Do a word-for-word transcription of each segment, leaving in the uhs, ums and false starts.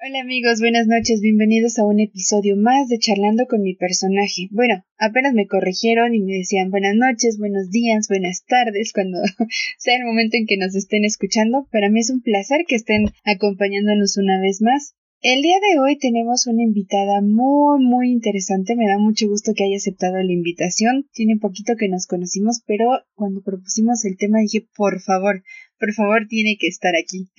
Hola amigos, buenas noches, bienvenidos a un episodio más de Charlando con mi personaje. Bueno, apenas me corrigieron y me decían buenas noches, buenos días, buenas tardes, cuando sea el momento en que nos estén escuchando. Para mí es un placer que estén acompañándonos una vez más. El día de hoy tenemos una invitada muy muy interesante, me da mucho gusto que haya aceptado la invitación. Tiene poquito que nos conocimos, pero cuando propusimos el tema dije, por favor, por favor tiene que estar aquí.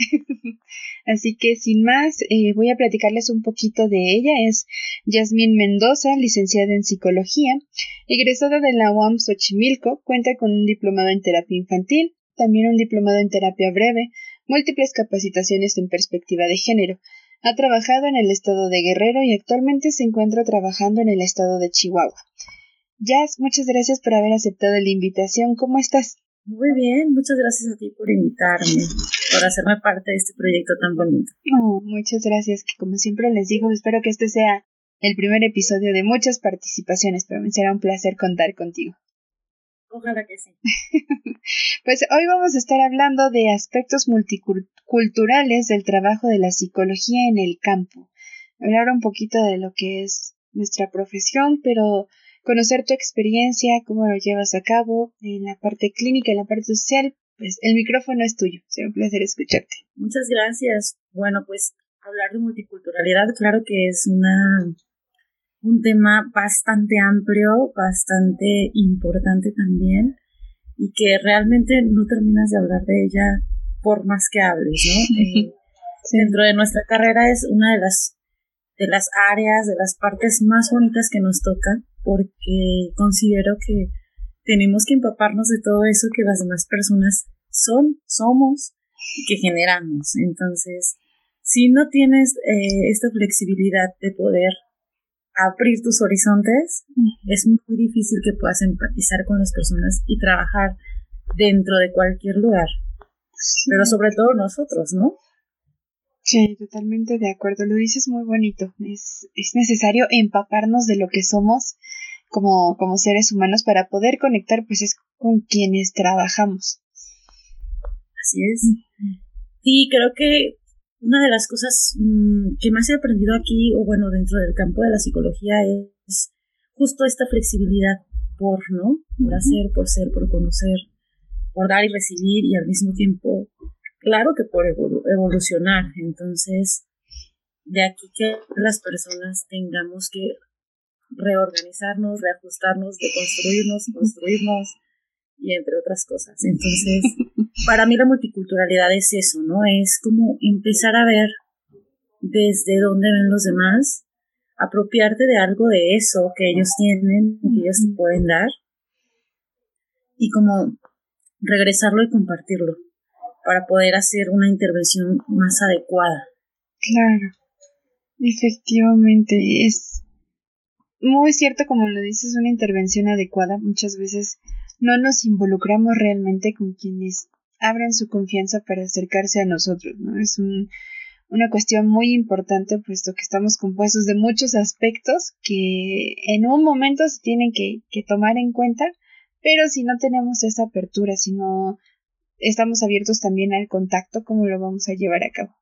Así que sin más, eh, voy a platicarles un poquito de ella. Es Yasmín Mendoza, licenciada en Psicología, egresada de la U A M Xochimilco, cuenta con un diplomado en terapia infantil, también un diplomado en terapia breve, múltiples capacitaciones en perspectiva de género. Ha trabajado en el estado de Guerrero y actualmente se encuentra trabajando en el estado de Chihuahua. Yas, muchas gracias por haber aceptado la invitación. ¿Cómo estás? Muy bien, muchas gracias a ti por invitarme, por hacerme parte de este proyecto tan bonito. Oh, muchas gracias, que como siempre les digo, espero que este sea el primer episodio de muchas participaciones, pero me será un placer contar contigo. Ojalá que sí. Pues hoy vamos a estar hablando de aspectos multiculturales del trabajo de la psicología en el campo. Hablar un poquito de lo que es nuestra profesión, pero conocer tu experiencia, cómo lo llevas a cabo en la parte clínica, en la parte social. Pues el micrófono es tuyo, será un placer escucharte. Muchas gracias. Bueno, pues hablar de multiculturalidad, claro que es una un tema bastante amplio, bastante importante también, y que realmente no terminas de hablar de ella por más que hables, ¿no? Eh, sí. Dentro de nuestra carrera es una de las de las áreas, de las partes más bonitas que nos toca, porque considero que tenemos que empaparnos de todo eso que las demás personas son, somos y que generamos. Entonces, si no tienes eh, esta flexibilidad de poder abrir tus horizontes, uh-huh. es muy difícil que puedas empatizar con las personas y trabajar dentro de cualquier lugar, sí. Pero sobre todo nosotros, ¿no? Sí, totalmente de acuerdo, lo dices muy bonito. Es, es necesario empaparnos de lo que somos como, como seres humanos para poder conectar, pues es con quienes trabajamos. Así es. Uh-huh. Sí, creo que una de las cosas mmm, que más he aprendido aquí, o bueno, dentro del campo de la psicología, es justo esta flexibilidad por, ¿no? Por uh-huh. hacer, por ser, por conocer, por dar y recibir, y al mismo tiempo, claro que por evolu- evolucionar. Entonces, de aquí que las personas tengamos que reorganizarnos, reajustarnos, deconstruirnos, construirnos, y entre otras cosas. Entonces, para mí la multiculturalidad es eso, ¿no? Es como empezar a ver desde dónde ven los demás, apropiarte de algo de eso que ellos tienen y que ellos te pueden dar, y como regresarlo y compartirlo para poder hacer una intervención más adecuada. Claro, efectivamente, es muy cierto como lo dices, una intervención adecuada. Muchas veces no nos involucramos realmente con quienes abren su confianza para acercarse a nosotros, ¿no? Es un, una cuestión muy importante, puesto que estamos compuestos de muchos aspectos que en un momento se tienen que, que tomar en cuenta, pero si no tenemos esa apertura, si no estamos abiertos también al contacto, ¿cómo lo vamos a llevar a cabo?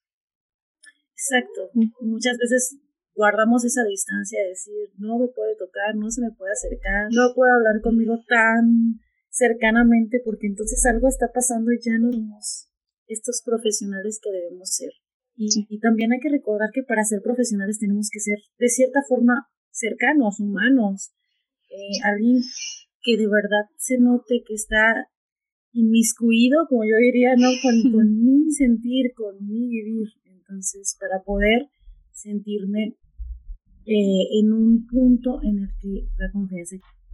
Exacto. Muchas veces guardamos esa distancia de decir, no me puede tocar, no se me puede acercar, no puede hablar conmigo tan cercanamente, porque entonces algo está pasando y ya no somos estos profesionales que debemos ser. Y, sí. y también hay que recordar que para ser profesionales tenemos que ser de cierta forma cercanos, humanos, eh, alguien que de verdad se note que está inmiscuido, como yo diría, ¿no? Con, con mi sentir, con mi vivir. Entonces, para poder sentirme eh, en un punto en el que la confianza.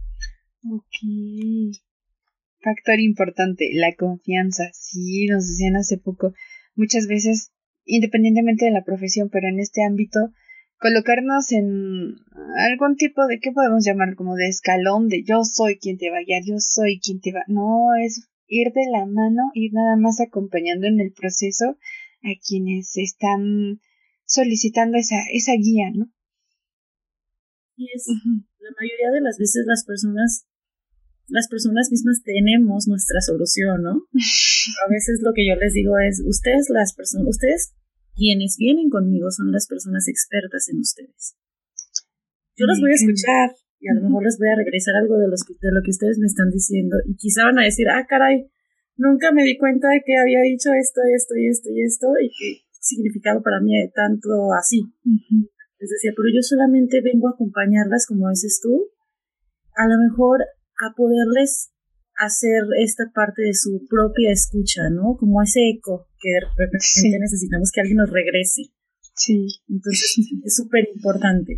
Ok. Factor importante, la confianza. Sí, nos decían hace poco, muchas veces, independientemente de la profesión, pero en este ámbito, colocarnos en algún tipo de, ¿qué podemos llamar? Como de escalón, de yo soy quien te va a guiar, yo soy quien te va. No, es ir de la mano, ir nada más acompañando en el proceso a quienes están solicitando esa, esa guía, ¿no? Y es, uh-huh. la mayoría de las veces las personas, las personas mismas tenemos nuestra solución, ¿no? A veces lo que yo les digo es, ustedes las personas, ustedes quienes vienen conmigo son las personas expertas en ustedes. Yo los voy a escuchar y a lo mejor les voy a regresar algo de, los, de lo que ustedes me están diciendo y quizá van a decir, ah, caray, nunca me di cuenta de que había dicho esto, esto y esto y esto y que significaba para mí tanto así. Uh-huh. Les decía, pero yo solamente vengo a acompañarlas, como dices tú, a lo mejor a poderles hacer esta parte de su propia escucha, ¿no? Como ese eco que de repente sí. necesitamos que alguien nos regrese. Sí. Entonces es súper importante.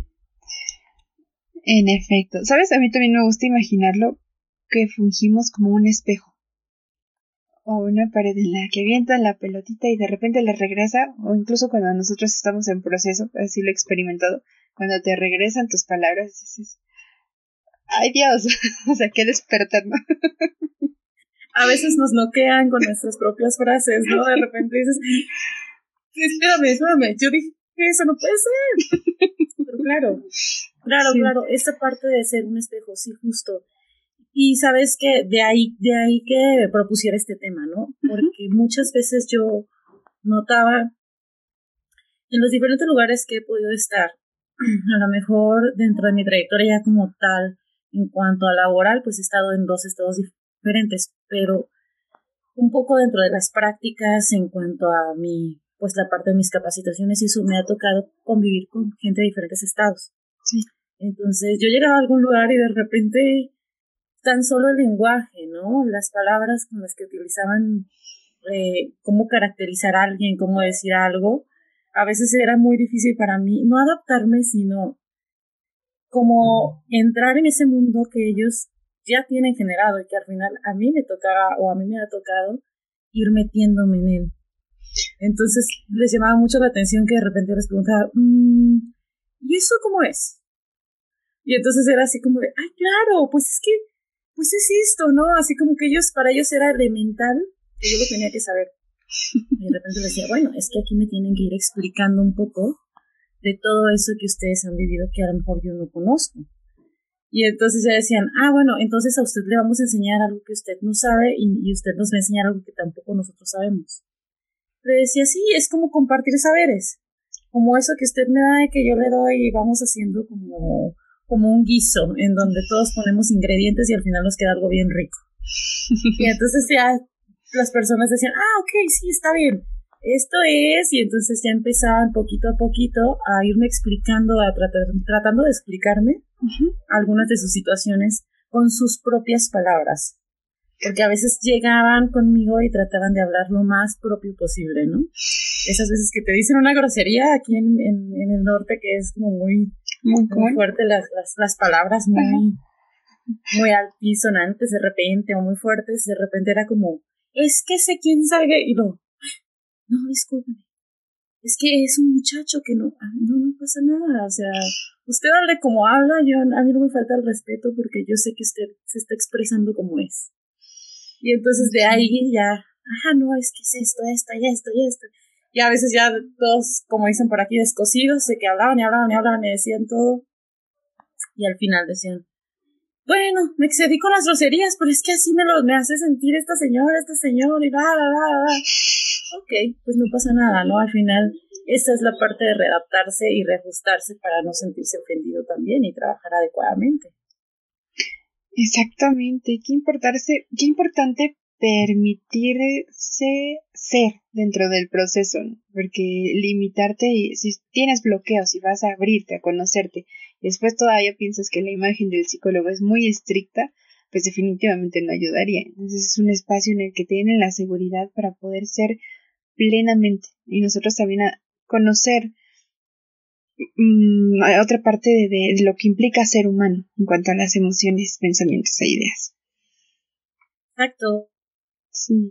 En efecto. ¿Sabes? A mí también me gusta imaginarlo que fungimos como un espejo. O una pared en la que avientan la pelotita y de repente le regresa, o incluso cuando nosotros estamos en proceso, así lo he experimentado, cuando te regresan tus palabras, dices, ¡ay Dios! O sea, qué despertar, ¿no? A veces nos noquean con nuestras propias frases, ¿no? De repente dices, espérame, espérame, yo dije que eso no puede ser. Pero claro, claro, sí. claro, esta parte de ser un espejo, sí, justo. Y sabes que de ahí, de ahí que propusiera este tema, ¿no? Porque uh-huh. muchas veces yo notaba en los diferentes lugares que he podido estar, a lo mejor dentro de mi trayectoria ya como tal, en cuanto a laboral, pues he estado en dos estados diferentes, pero un poco dentro de las prácticas en cuanto a mi, pues la parte de mis capacitaciones y eso me ha tocado convivir con gente de diferentes estados. Sí. Entonces yo llegaba a algún lugar y de repente tan solo el lenguaje, ¿no? Las palabras con las que utilizaban, eh, cómo caracterizar a alguien, cómo decir algo, a veces era muy difícil para mí, no adaptarme, sino como entrar en ese mundo que ellos ya tienen generado y que al final a mí me tocaba, o a mí me ha tocado, ir metiéndome en él. Entonces les llamaba mucho la atención que de repente les preguntaba, mmm, ¿y eso cómo es? Y entonces era así como de, ay, claro, pues es que pues es esto, ¿no? Así como que ellos, para ellos era elemental, que yo lo tenía que saber. Y de repente les decía, bueno, es que aquí me tienen que ir explicando un poco de todo eso que ustedes han vivido que a lo mejor yo no conozco. Y entonces ya decían, ah, bueno, entonces a usted le vamos a enseñar algo que usted no sabe y, y usted nos va a enseñar algo que tampoco nosotros sabemos. Le decía, sí, es como compartir saberes, como eso que usted me da y que yo le doy y vamos haciendo como... como un guiso en donde todos ponemos ingredientes y al final nos queda algo bien rico. Y entonces ya las personas decían, ah, ok, sí, está bien, esto es, y entonces ya empezaban poquito a poquito a irme explicando, a tratar, tratando de explicarme uh-huh. algunas de sus situaciones con sus propias palabras. Porque a veces llegaban conmigo y trataban de hablar lo más propio posible, ¿no? Esas veces que te dicen una grosería aquí en, en, en el norte que es como muy... Muy, muy fuerte las, las, las palabras, muy, uh-huh. muy altisonantes de repente, o muy fuertes, de repente era como, es que sé quién sabe, y lo, no, discúlpeme, es que es un muchacho que no, no, no pasa nada, o sea, usted hable como habla, yo, a mí no me falta el respeto porque yo sé que usted se está expresando como es. Y entonces de ahí ya, ajá, no, es que es esto, esto, y esto, y esto. Y a veces ya todos, como dicen por aquí, descosidos, de que hablaban y hablaban y hablaban y decían todo. Y al final decían, bueno, me excedí con las groserías, pero es que así me, lo, me hace sentir esta señora, este señor, y la, la, la, la. Ok, pues no pasa nada, ¿no? Al final, esa es la parte de readaptarse y reajustarse para no sentirse ofendido también y trabajar adecuadamente. Exactamente, qué importarse, qué importante permitirse ser dentro del proceso, ¿no? Porque limitarte, y si tienes bloqueos y vas a abrirte, a conocerte, y después todavía piensas que la imagen del psicólogo es muy estricta, pues definitivamente no ayudaría. Entonces es un espacio en el que tienen la seguridad para poder ser plenamente, y nosotros también a conocer mmm, otra parte de, de lo que implica ser humano en cuanto a las emociones, pensamientos e ideas. Exacto. Sí.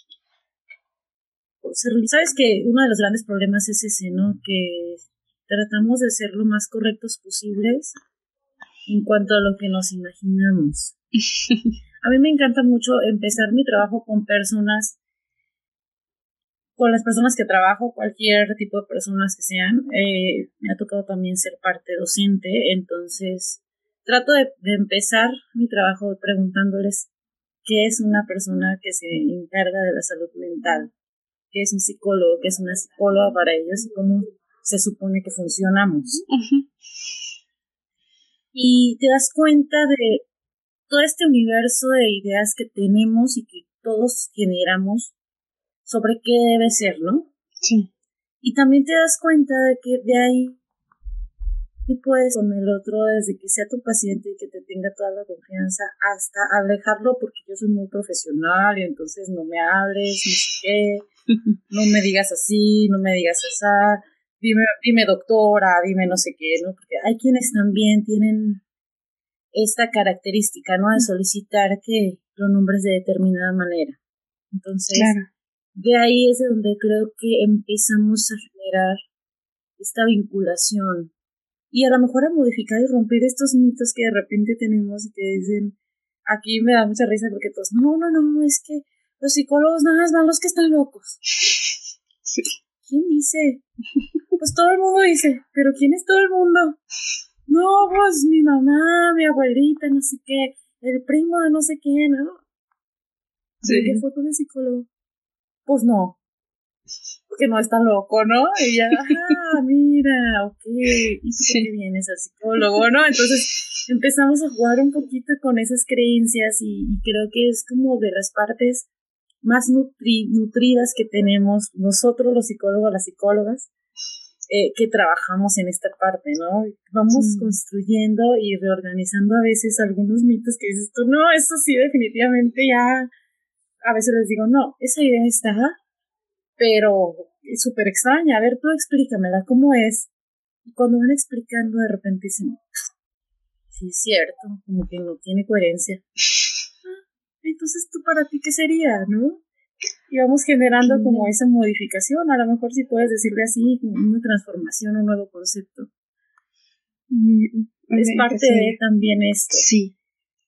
Sabes que uno de los grandes problemas es ese, ¿no? Que tratamos de ser lo más correctos posibles en cuanto a lo que nos imaginamos. A mí me encanta mucho empezar mi trabajo con personas, con las personas que trabajo, cualquier tipo de personas que sean. Eh, me ha tocado también ser parte docente, entonces trato de, de empezar mi trabajo preguntándoles qué es una persona que se encarga de la salud mental. qué es un psicólogo, qué es una psicóloga para ellos y cómo se supone que funcionamos. Uh-huh. Y te das cuenta de todo este universo de ideas que tenemos y que todos generamos sobre qué debe ser, ¿no? Sí. Y también te das cuenta de que de ahí y puedes con el otro desde que sea tu paciente y que te tenga toda la confianza hasta alejarlo porque yo soy muy profesional y entonces no me hables, no sé qué, no me digas así, no me digas así, dime, dime doctora, dime no sé qué, ¿no? Porque hay quienes también tienen esta característica, ¿no? De solicitar que lo nombres de determinada manera. Entonces, claro. De ahí es de donde creo que empezamos a generar esta vinculación y a lo mejor a modificar y romper estos mitos que de repente tenemos y que dicen, aquí me da mucha risa porque todos, no, no, no, es que los psicólogos nada más van los que están locos. Sí. ¿Quién dice? Pues todo el mundo dice, pero ¿quién es todo el mundo? No, pues mi mamá, mi abuelita, no sé qué, el primo de no sé qué, ¿no? Sí. ¿Qué fue con el psicólogo? Pues no, porque no está loco, ¿no? Y ya, ah, mira, ok, ¿y tú sí. por qué vienes al psicólogo, no? Entonces empezamos a jugar un poquito con esas creencias y, y creo que es como de las partes más nutri, nutridas que tenemos nosotros los psicólogos, las psicólogas, eh, que trabajamos en esta parte, ¿no? Vamos sí. construyendo y reorganizando a veces algunos mitos que dices tú, no, esto sí definitivamente ya, a veces les digo, no, esa idea está, pero es súper extraña, a ver, tú explícamela, ¿cómo es? Y cuando van explicando, de repente dicen, sí, es cierto, como que no tiene coherencia. Entonces, ¿tú para ti qué sería, no? Y vamos generando como esa modificación, a lo mejor si puedes decirle así, una transformación, un nuevo concepto. Mm, es parte sí. de también esto. Sí.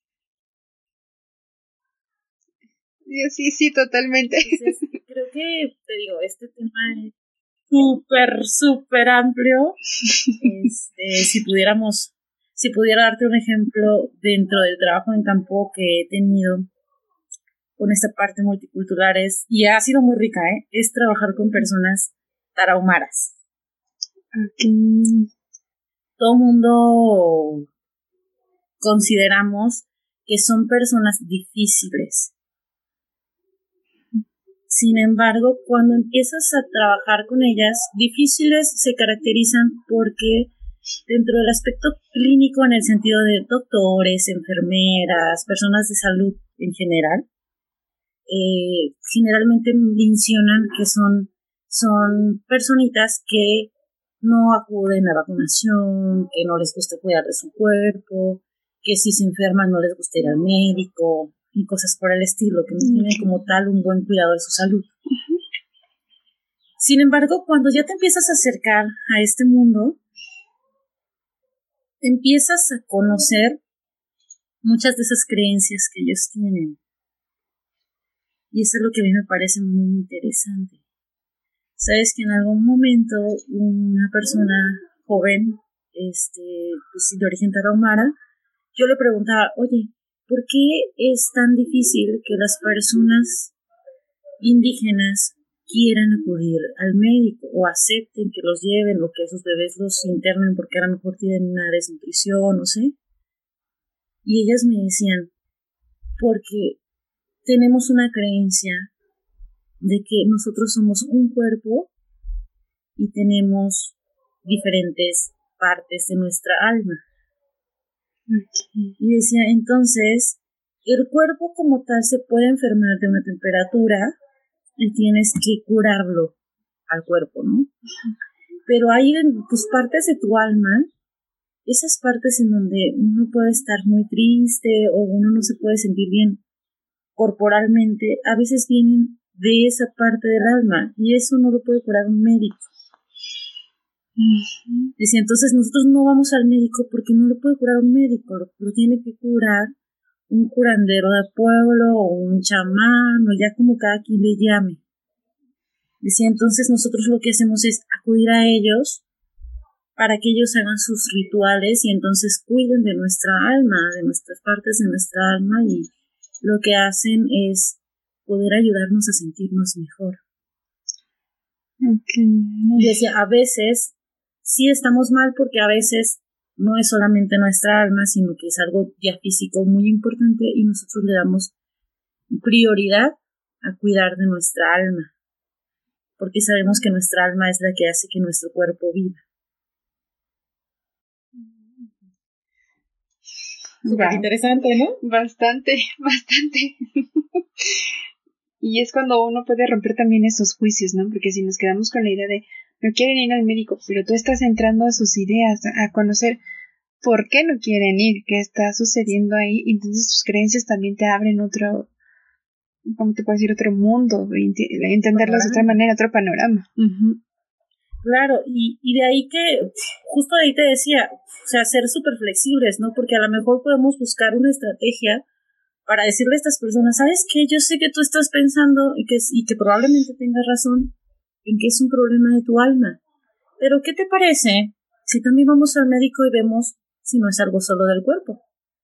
Sí, sí, totalmente. Entonces, creo que, te digo, este tema es súper, súper amplio. Este, si pudiéramos, si pudiera darte un ejemplo dentro del trabajo en campo que he tenido con esta parte multicultural es, y ha sido muy rica, ¿eh? Es trabajar con personas tarahumaras. Okay. Todo mundo consideramos que son personas difíciles. Sin embargo, cuando empiezas a trabajar con ellas, difíciles se caracterizan porque dentro del aspecto clínico, en el sentido de doctores, enfermeras, personas de salud en general, eh, generalmente mencionan que son, son personitas que no acuden a vacunación, que no les gusta cuidar de su cuerpo, que si se enferman no les gusta ir al médico y cosas por el estilo, que no tienen como tal un buen cuidado de su salud. Uh-huh. Sin embargo, cuando ya te empiezas a acercar a este mundo, empiezas a conocer muchas de esas creencias que ellos tienen. Y eso es lo que a mí me parece muy interesante. Sabes que en algún momento una persona joven, este, pues de origen tarahumara, yo le preguntaba, oye, ¿por qué es tan difícil que las personas indígenas quieran acudir al médico o acepten que los lleven o que a sus bebés los internen porque a lo mejor tienen una desnutrición, no sé? Y ellas me decían, porque tenemos una creencia de que nosotros somos un cuerpo y tenemos diferentes partes de nuestra alma. Okay. Y decía, entonces, el cuerpo como tal se puede enfermar de una temperatura y tienes que curarlo al cuerpo, ¿no? Uh-huh. Pero hay pues partes de tu alma, esas partes en donde uno puede estar muy triste o uno no se puede sentir bien corporalmente, a veces vienen de esa parte del alma y eso no lo puede curar un médico. Uh-huh. Decía, entonces nosotros no vamos al médico porque no lo puede curar un médico, lo, lo tiene que curar un curandero de pueblo o un chamán o ya como cada quien le llame. Decía, entonces nosotros lo que hacemos es acudir a ellos para que ellos hagan sus rituales y entonces cuiden de nuestra alma, de nuestras partes de nuestra alma y lo que hacen es poder ayudarnos a sentirnos mejor. Okay. Y decía, a veces sí estamos mal porque a veces no es solamente nuestra alma, sino que es algo ya físico muy importante y nosotros le damos prioridad a cuidar de nuestra alma, porque sabemos que nuestra alma es la que hace que nuestro cuerpo viva. Súper interesante, ¿no? Bastante, bastante. Y es cuando uno puede romper también esos juicios, ¿no? Porque si nos quedamos con la idea de no quieren ir al médico, pero tú estás entrando a sus ideas, a conocer por qué no quieren ir, qué está sucediendo ahí, entonces tus creencias también te abren otro, ¿cómo te puedo decir? Otro mundo, entenderlos de otra manera, otro panorama. Uh-huh. Claro, y, y de ahí que, justo de ahí te decía, o sea, ser súper flexibles, ¿no? Porque a lo mejor podemos buscar una estrategia para decirle a estas personas, ¿sabes qué? Yo sé que tú estás pensando y que, y que probablemente tengas razón en que es un problema de tu alma, pero ¿qué te parece si también vamos al médico y vemos si no es algo solo del cuerpo?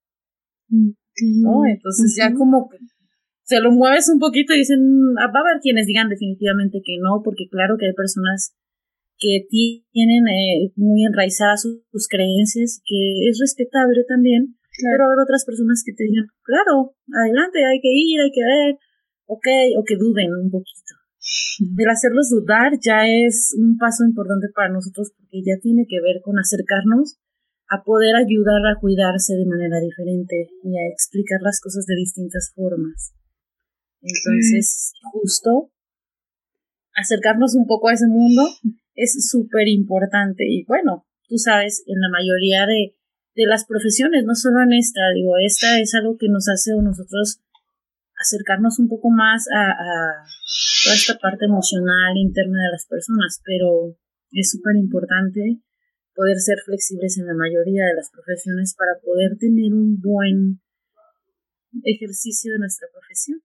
Okay. ¿No? Entonces uh-huh. ya como que se lo mueves un poquito y dicen, va a haber quienes digan definitivamente que no, porque claro que hay personas que tienen eh, muy enraizadas sus, sus creencias, que es respetable también, claro. Pero hay otras personas que te digan, claro, adelante, hay que ir, hay que ver, ok, o que duden un poquito. El hacerlos dudar ya es un paso importante para nosotros porque ya tiene que ver con acercarnos a poder ayudar a cuidarse de manera diferente y a explicar las cosas de distintas formas. Entonces, sí. Justo acercarnos un poco a ese mundo es súper importante. Y bueno, tú sabes, en la mayoría de, de las profesiones, no solo en esta, digo, esta es algo que nos hace a nosotros acercarnos un poco más a, a toda esta parte emocional interna de las personas, pero es súper importante poder ser flexibles en la mayoría de las profesiones para poder tener un buen ejercicio de nuestra profesión.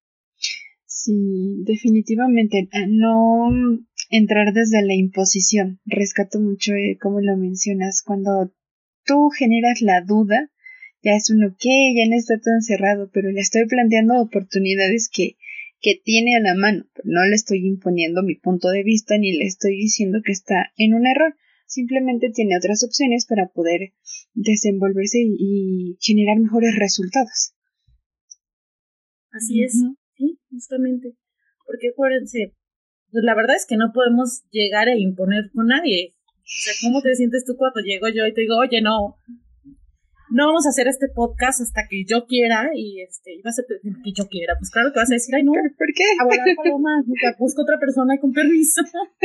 Sí, definitivamente, no entrar desde la imposición. Rescato mucho eh, como lo mencionas, cuando tú generas la duda, ya es uno que ya no está tan cerrado, pero le estoy planteando oportunidades que, que tiene a la mano, pero no le estoy imponiendo mi punto de vista ni le estoy diciendo que está en un error, simplemente tiene otras opciones para poder desenvolverse y, y generar mejores resultados. Así es. Uh-huh. Sí, justamente, porque acuérdense, pues la verdad es que no podemos llegar a imponer con nadie. O sea, ¿cómo te sientes tú cuando llego yo y te digo, oye, no, no vamos a hacer este podcast hasta que yo quiera y este, y vas a pedir que yo quiera? Pues claro que vas a decir, ay, no, ¿por qué? A volar paloma, te busco otra persona y con permiso.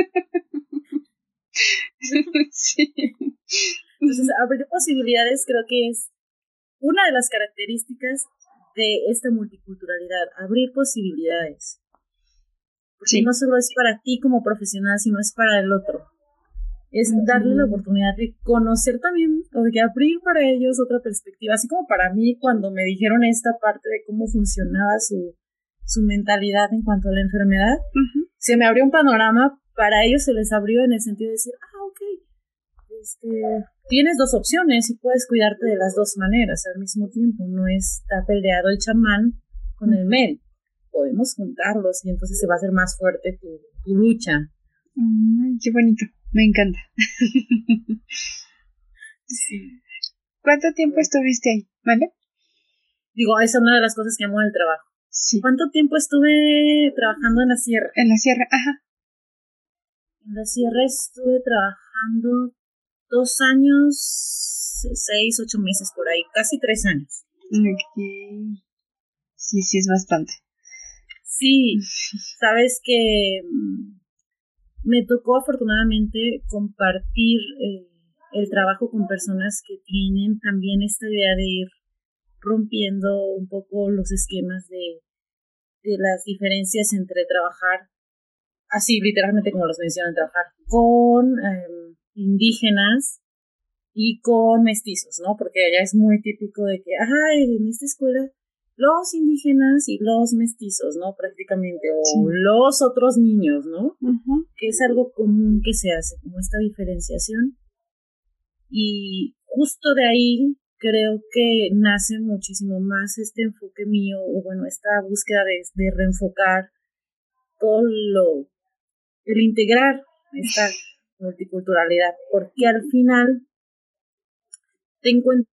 Sí. Entonces, abrir posibilidades creo que es una de las características de esta multiculturalidad, abrir posibilidades. Porque sí. No solo es para ti como profesional, sino es para el otro. Es uh-huh. darle la oportunidad de conocer también, o de abrir para ellos otra perspectiva. Así como para mí, cuando me dijeron esta parte de cómo funcionaba su, su mentalidad en cuanto a la enfermedad, uh-huh. se me abrió un panorama, para ellos se les abrió en el sentido de decir, ah, ok, este... tienes dos opciones y puedes cuidarte de las dos maneras al mismo tiempo. No está peleado el chamán con el médico. Podemos juntarlos y entonces se va a hacer más fuerte tu, tu lucha. Ay, qué bonito. Me encanta. Sí. ¿Cuánto tiempo estuviste ahí? ¿Vale? Digo, esa es una de las cosas que amo del trabajo. Sí. ¿Cuánto tiempo estuve trabajando en la sierra? En la sierra, ajá. En la sierra estuve trabajando Dos años, seis, ocho meses por ahí, casi tres años. Ok. Sí, sí, es bastante. Sí, sabes que me tocó afortunadamente compartir eh, el trabajo con personas que tienen también esta idea de ir rompiendo un poco los esquemas de, de las diferencias entre trabajar, así literalmente como los mencionan, trabajar con eh, indígenas y con mestizos, ¿no? Porque allá es muy típico de que, ajá, en esta escuela los indígenas y los mestizos, ¿no? Prácticamente, o sí. los otros niños, ¿no? Uh-huh. Que es algo común que se hace, como esta diferenciación. Y justo de ahí creo que nace muchísimo más este enfoque mío, o bueno, esta búsqueda de, de reenfocar todo lo, el integrar esta multiculturalidad, porque al final te encuentras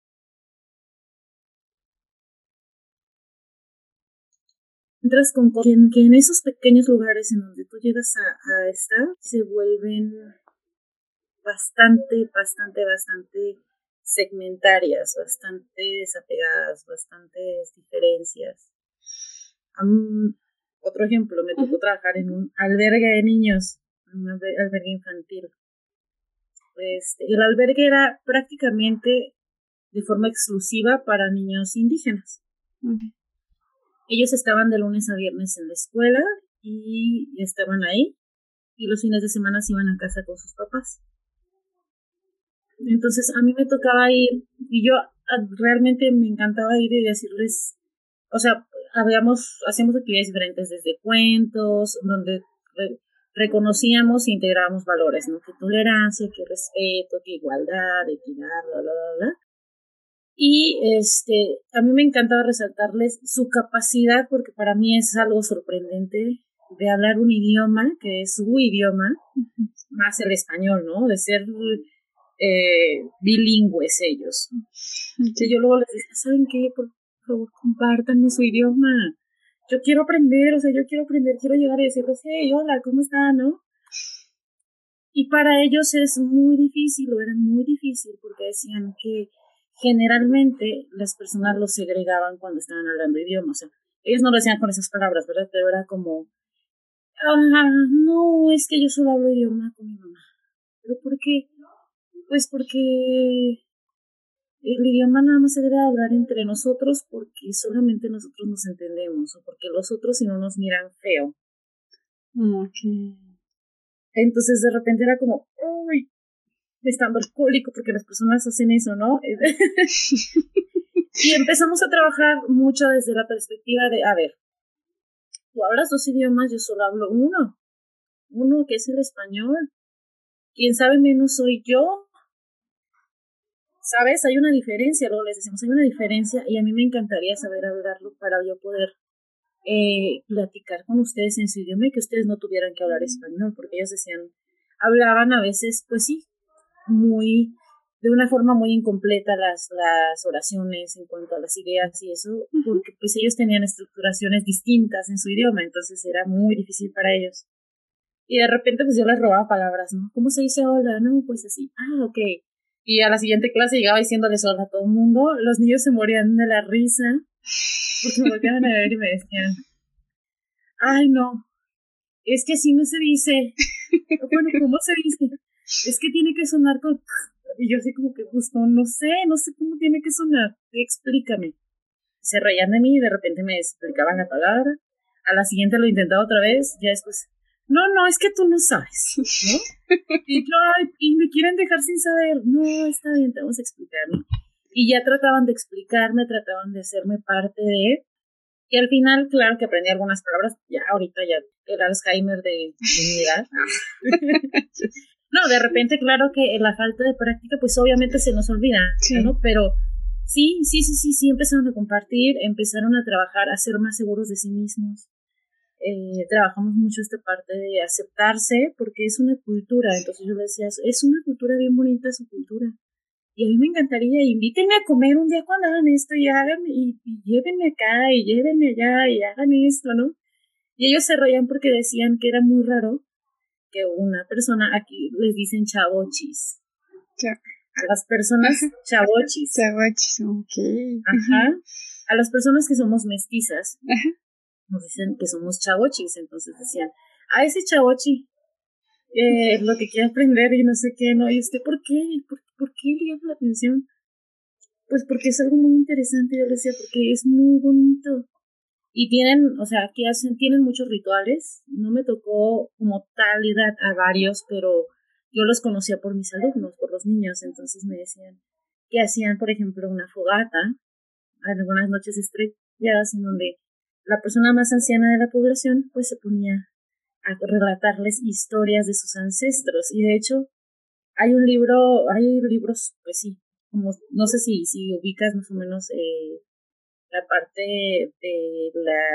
con que en, que en esos pequeños lugares en donde tú llegas a, a estar se vuelven bastante, bastante, bastante segmentarias, bastante desapegadas, bastantes diferencias. Um, otro ejemplo, me tocó uh-huh. trabajar en un albergue de niños, un albergue infantil. Este, el albergue era prácticamente de forma exclusiva para niños indígenas. Uh-huh. Ellos estaban de lunes a viernes en la escuela y estaban ahí, y los fines de semana se iban a casa con sus papás. Entonces a mí me tocaba ir, y yo realmente me encantaba ir y decirles, o sea, habíamos, hacíamos actividades diferentes, desde cuentos, donde re, reconocíamos e integrábamos valores, ¿no? Que tolerancia, que respeto, que igualdad, equidad, bla, bla, bla, bla. Y este, a mí me encantaba resaltarles su capacidad, porque para mí es algo sorprendente, de hablar un idioma que es su idioma, más el español, ¿no? De ser eh, bilingües ellos. Y yo luego les decía, ¿saben qué? Por favor, compártanme su idioma. Yo quiero aprender, o sea, yo quiero aprender, quiero llegar y decirles, hey, hola, ¿cómo están, no? Y para ellos es muy difícil, o era muy difícil, porque decían que generalmente las personas los segregaban cuando estaban hablando idioma. O sea, ellos no lo decían con esas palabras, ¿verdad? Pero era como, ah, no, es que yo solo hablo idioma con mi mamá. ¿Pero por qué? Pues porque el idioma nada más se debe hablar entre nosotros porque solamente nosotros nos entendemos, o porque los otros si no nos miran feo. Okay. Entonces de repente era como, uy, me está dando el cólico porque las personas hacen eso, ¿no? Y empezamos a trabajar mucho desde la perspectiva de, a ver, tú hablas dos idiomas, yo solo hablo uno, uno que es el español. Quien sabe menos soy yo. ¿Sabes? Hay una diferencia, luego les decimos, hay una diferencia y a mí me encantaría saber hablarlo para yo poder eh, platicar con ustedes en su idioma y que ustedes no tuvieran que hablar español, porque ellos decían, hablaban a veces, pues sí, muy, de una forma muy incompleta las, las oraciones en cuanto a las ideas y eso, porque pues ellos tenían estructuraciones distintas en su idioma, entonces era muy difícil para ellos. Y de repente pues yo les robaba palabras, ¿no? ¿Cómo se dice hola? No, pues así, ah, ok. Y a la siguiente clase llegaba diciéndoles hola a todo el mundo. Los niños se morían de la risa porque me volteaban a ver y me decían, ay, no, es que así no se dice. Bueno, ¿cómo se dice? Es que tiene que sonar con... Y yo así como que justo, no sé, no sé cómo tiene que sonar. Explícame. Se reían de mí y de repente me explicaban la palabra. A la siguiente lo intentaba otra vez. Ya después, no, no, es que tú no sabes, ¿no? Y yo, ay, y me quieren dejar sin saber. No, está bien, te vamos a explicar, ¿no? Y ya trataban de explicarme, trataban de hacerme parte de... Y al final, claro que aprendí algunas palabras. Ya, ahorita ya el Alzheimer de, de mi edad. No, de repente, claro que la falta de práctica, pues obviamente se nos olvida, sí. ¿no? Pero sí, sí, sí, sí, sí, empezaron a compartir, empezaron a trabajar, a ser más seguros de sí mismos. Eh, trabajamos mucho esta parte de aceptarse porque es una cultura, entonces yo les decía, es una cultura bien bonita su cultura y a mí me encantaría, invítenme a comer un día cuando hagan esto y hagan y, y llévenme acá y llévenme allá y hagan esto, ¿no? Y ellos se reían porque decían que era muy raro que una persona, aquí les dicen chavochis, Ch- a las personas chavochis, chavochis, ok, ajá, a las personas que somos mestizas, ajá. Nos dicen que somos chavochis, entonces decían, a ese chavochi, eh, lo que quiere aprender y no sé qué, ¿no? ¿Y usted por qué? ¿Por, por qué le llama la atención? Pues porque es algo muy interesante, yo le decía, porque es muy bonito. Y tienen, o sea, aquí hacen, tienen muchos rituales, no me tocó como tal edad a varios, pero yo los conocía por mis alumnos, por los niños, entonces me decían que hacían, por ejemplo, una fogata, algunas noches estrelladas en donde la persona más anciana de la población pues se ponía a relatarles historias de sus ancestros y de hecho hay un libro, hay libros pues sí, como no sé si, si ubicas más o menos eh, la parte de la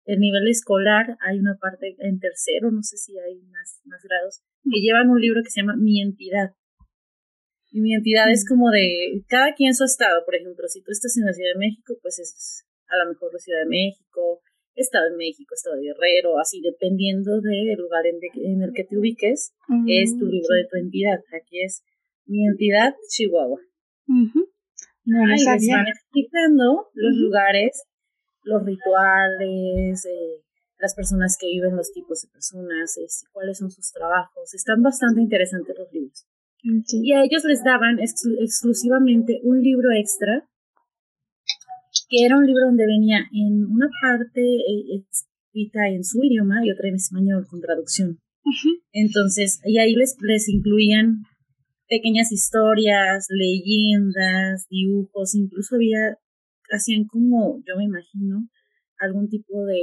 el nivel escolar, hay una parte en tercero, no sé si hay más, más grados, que llevan un libro que se llama Mi Entidad. Y mi entidad es como de cada quien su estado. Por ejemplo, si tú estás en la Ciudad de México, pues es a lo mejor la Ciudad de México, Estado de México, Estado de Guerrero, así dependiendo del lugar en, de, en el que te ubiques, uh-huh, es tu libro sí. de tu entidad. Aquí es Mi Entidad, Chihuahua. Uh-huh. No lo Ahí sabía. les van explicando los uh-huh. lugares, los rituales, eh, las personas que viven, los tipos de personas, eh, cuáles son sus trabajos. Están bastante interesantes los libros. Sí. Y a ellos les daban exclu- exclusivamente un libro extra, que era un libro donde venía en una parte eh, escrita en su idioma y otra en español con traducción. Uh-huh. Entonces, y ahí les, les incluían pequeñas historias, leyendas, dibujos, incluso había, hacían como, yo me imagino, algún tipo de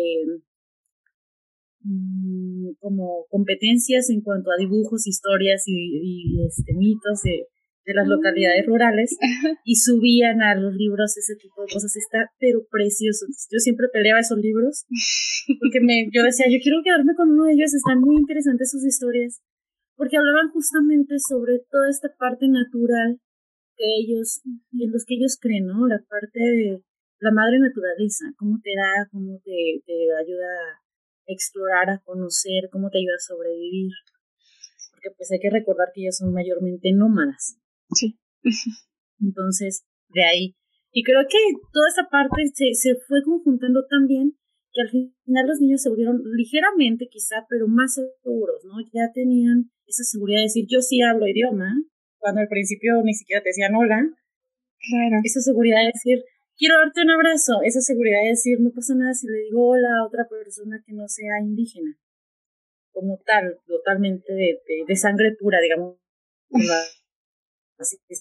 como competencias en cuanto a dibujos, historias y, y este, mitos de, de las localidades rurales, y subían a los libros ese tipo de cosas. Está pero precioso. Yo siempre peleaba esos libros porque me, yo decía, yo quiero quedarme con uno de ellos, están muy interesantes sus historias, porque hablaban justamente sobre toda esta parte natural que ellos, en los que ellos creen, ¿no? La parte de la madre naturaleza, cómo te da, cómo te, te ayuda a explorar, a conocer, cómo te ayuda a sobrevivir, porque pues hay que recordar que ellos son mayormente nómadas. Sí. Entonces, de ahí, y creo que toda esta parte se, se fue conjuntando tan bien que al final los niños se volvieron ligeramente quizá, pero más seguros, ¿no? Ya tenían esa seguridad de decir, yo sí hablo idioma, cuando al principio ni siquiera te decían hola. Claro. Esa seguridad de decir, quiero darte un abrazo. Esa seguridad de decir, no pasa nada si le digo hola a otra persona que no sea indígena. Como tal, totalmente de, de, de sangre pura, digamos. Así que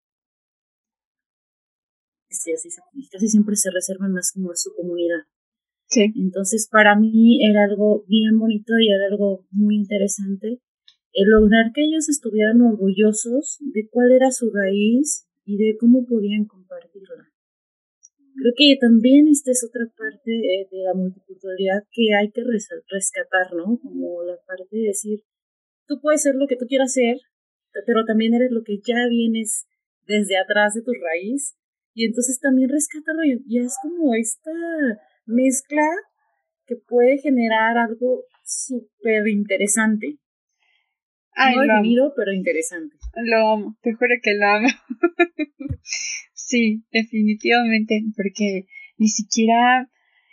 sí, así, casi siempre se reservan más como a su comunidad. Sí. Entonces, para mí era algo bien bonito y era algo muy interesante el lograr que ellos estuvieran orgullosos de cuál era su raíz y de cómo podían compartirla. Creo que también esta es otra parte de, de la multiculturalidad que hay que res- rescatar, ¿no? Como la parte de decir, tú puedes ser lo que tú quieras ser, pero también eres lo que ya vienes desde atrás de tu raíz, y entonces también rescátalo, y, y es como esta mezcla que puede generar algo súper interesante. Ay, no definido, amo. pero interesante. Lo amo, te juro que lo amo. Sí, definitivamente, porque ni siquiera,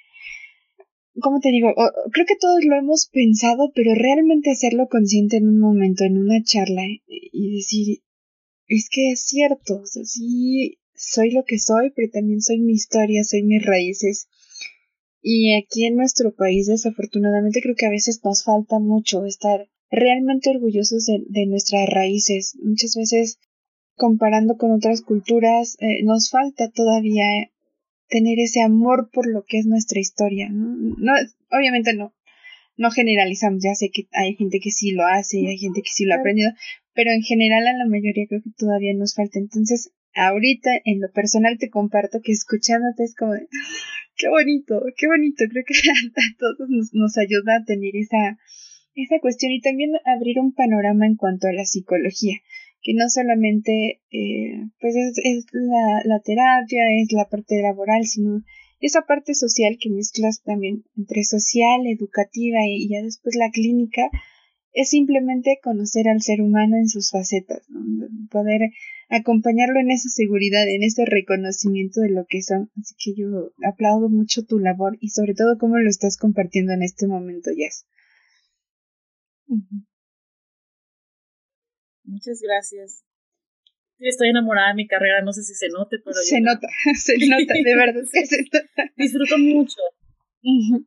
¿cómo te digo? O, creo que todos lo hemos pensado, pero realmente hacerlo consciente en un momento, en una charla, y, y decir, es que es cierto, o sea, sí, soy lo que soy, pero también soy mi historia, soy mis raíces. Y aquí en nuestro país, desafortunadamente, creo que a veces nos falta mucho estar realmente orgullosos de, de nuestras raíces. Muchas veces, comparando con otras culturas, eh, nos falta todavía tener ese amor por lo que es nuestra historia, ¿no? No, obviamente no, no generalizamos, ya sé que hay gente que sí lo hace, hay gente que sí lo ha aprendido, pero en general a la mayoría creo que todavía nos falta. Entonces, ahorita en lo personal te comparto que escuchándote es como de, qué bonito, qué bonito, creo que a todos nos, nos ayuda a tener esa, esa cuestión y también abrir un panorama en cuanto a la psicología, que no solamente eh, pues es, es la, la terapia, es la parte laboral, sino esa parte social que mezclas también entre social, educativa y ya después la clínica, es simplemente conocer al ser humano en sus facetas, ¿no? Poder acompañarlo en esa seguridad, en ese reconocimiento de lo que son. Así que yo aplaudo mucho tu labor y sobre todo cómo lo estás compartiendo en este momento, Jess. Uh-huh. Muchas gracias. Estoy enamorada de mi carrera, no sé si se note, pero se yo nota, la... se nota, de verdad que se nota. Disfruto mucho. Uh-huh.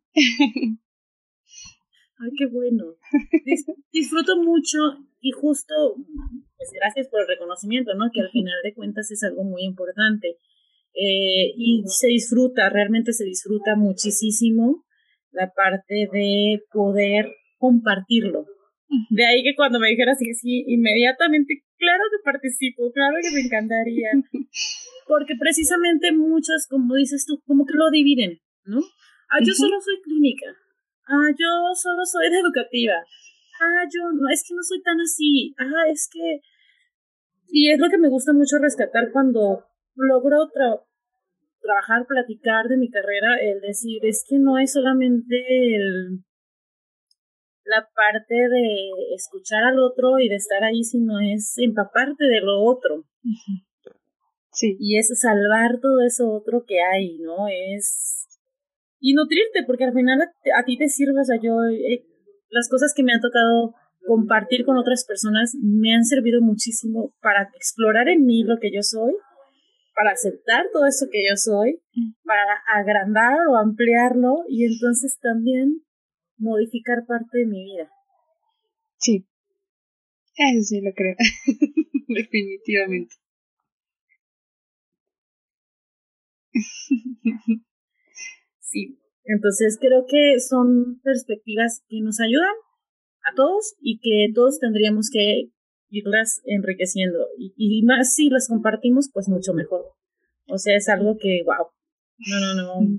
Ay, qué bueno. Dis- disfruto mucho y justo, pues gracias por el reconocimiento, ¿no? Que al final de cuentas es algo muy importante. Eh, y se disfruta, realmente se disfruta muchísimo la parte de poder compartirlo. De ahí que cuando me dijeras sí, sí, inmediatamente, claro que participo, claro que me encantaría. Porque precisamente muchos, como dices tú, como que lo dividen, ¿no? Ah, yo Uh-huh. solo soy clínica. Ah, yo solo soy de educativa. Ah, yo no, es que no soy tan así. Ah, es que... Y es lo que me gusta mucho rescatar cuando logro tra- trabajar, platicar de mi carrera, el decir, es que no es solamente el, la parte de escuchar al otro y de estar ahí, sino es empaparte de lo otro. Uh-huh. Sí. Y es salvar todo eso otro que hay, ¿no? Es... Y nutrirte, porque al final a, a ti te sirve, o sea, yo... Eh, las cosas que me han tocado compartir con otras personas me han servido muchísimo para explorar en mí lo que yo soy, para aceptar todo eso que yo soy, para agrandar o ampliarlo y entonces también modificar parte de mi vida. Sí, eso sí lo creo. Definitivamente. Sí, entonces creo que son perspectivas que nos ayudan a todos y que todos tendríamos que irlas enriqueciendo y, y más si las compartimos, pues mucho mejor. O sea, es algo que, wow, no, no, no,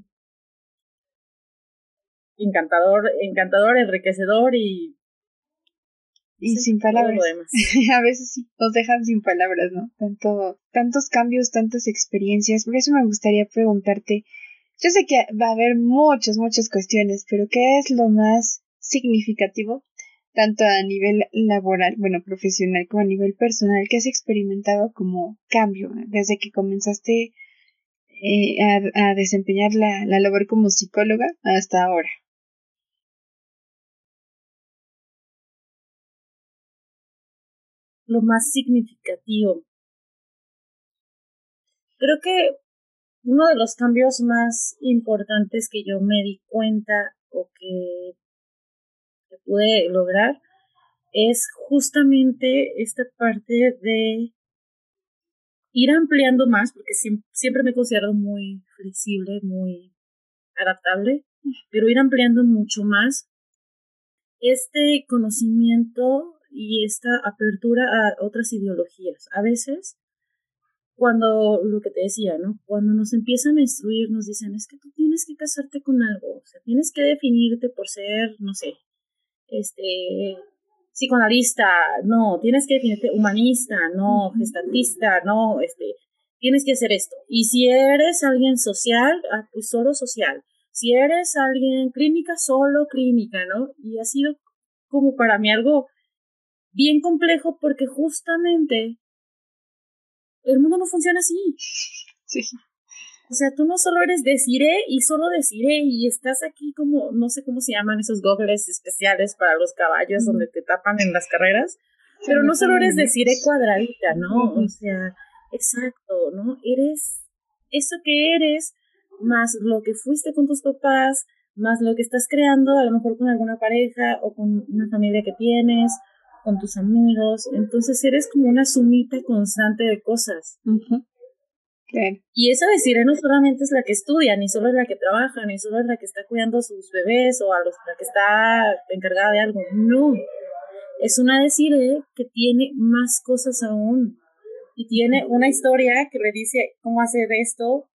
encantador, encantador, enriquecedor y... Y sí, sin todo palabras. lo demás. A veces sí, nos dejan sin palabras, ¿no? Tanto, tantos cambios, tantas experiencias. Por eso me gustaría preguntarte, yo sé que va a haber muchas, muchas cuestiones, pero ¿qué es lo más significativo, tanto a nivel laboral, bueno, profesional, como a nivel personal, que has experimentado como cambio desde que comenzaste eh, a, a desempeñar la, la labor como psicóloga hasta ahora? Lo más significativo. Creo que uno de los cambios más importantes que yo me di cuenta o que, que pude lograr es justamente esta parte de ir ampliando más, porque siempre, siempre me he considerado muy flexible, muy adaptable, pero ir ampliando mucho más este conocimiento y esta apertura a otras ideologías. A veces, cuando lo que te decía, ¿no? Cuando nos empiezan a instruir, nos dicen, es que tú tienes que casarte con algo, o sea, tienes que definirte por ser, no sé, este, psicoanalista, no, tienes que definirte humanista, no, gestantista, no, este, tienes que hacer esto. Y si eres alguien social, ah, pues solo social. Si eres alguien clínica, solo clínica, ¿no? Y ha sido como para mí algo bien complejo porque justamente el mundo no funciona así. Sí. O sea, tú no solo eres deciré y solo deciré y estás aquí como, no sé cómo se llaman esos gogles especiales para los caballos mm. donde te tapan en las carreras, sí, pero no solo eres deciré cuadradita, ¿no? Uh-huh. O sea, exacto, ¿no? Eres eso que eres, más lo que fuiste con tus papás, más lo que estás creando, a lo mejor con alguna pareja o con una familia que tienes, con tus amigos. Entonces eres como una sumita constante de cosas. Uh-huh. Claro. Y esa deciré no solamente es la que estudia, ni solo es la que trabaja, ni solo es la que está cuidando a sus bebés o a los, la que está encargada de algo. No, es una deciré que tiene más cosas aún. Y tiene una historia que le dice cómo hacer esto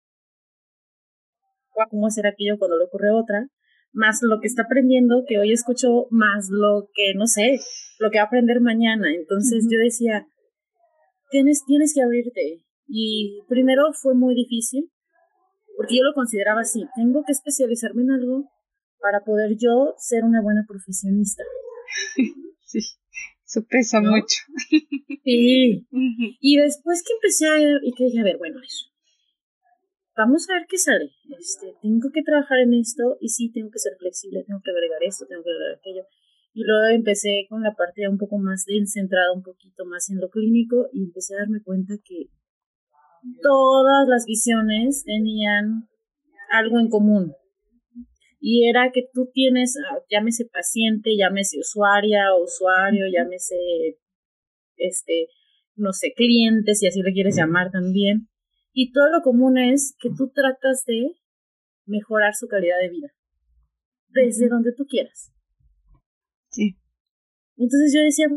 o cómo hacer aquello cuando le ocurre otra, más lo que está aprendiendo, que hoy escuchó, más lo que, no sé, lo que va a aprender mañana. Entonces uh-huh. yo decía, tienes, tienes que abrirte. Y primero fue muy difícil, porque yo lo consideraba así, tengo que especializarme en algo para poder yo ser una buena profesionista. Sí, eso pesa ¿no? mucho. Sí, uh-huh. Y después que empecé a ver, y que dije, a ver, bueno, eso, vamos a ver qué sale, este, tengo que trabajar en esto, y sí, tengo que ser flexible, tengo que agregar esto, tengo que agregar aquello. Y luego empecé con la parte un poco más de centrada, un poquito más en lo clínico, y empecé a darme cuenta que todas las visiones tenían algo en común. Y era que tú tienes, llámese paciente, llámese usuaria o usuario, llámese, este, no sé, cliente, si así le quieres llamar también. Y todo lo común es que tú tratas de mejorar su calidad de vida. Desde uh-huh. donde tú quieras. Sí. Entonces yo decía,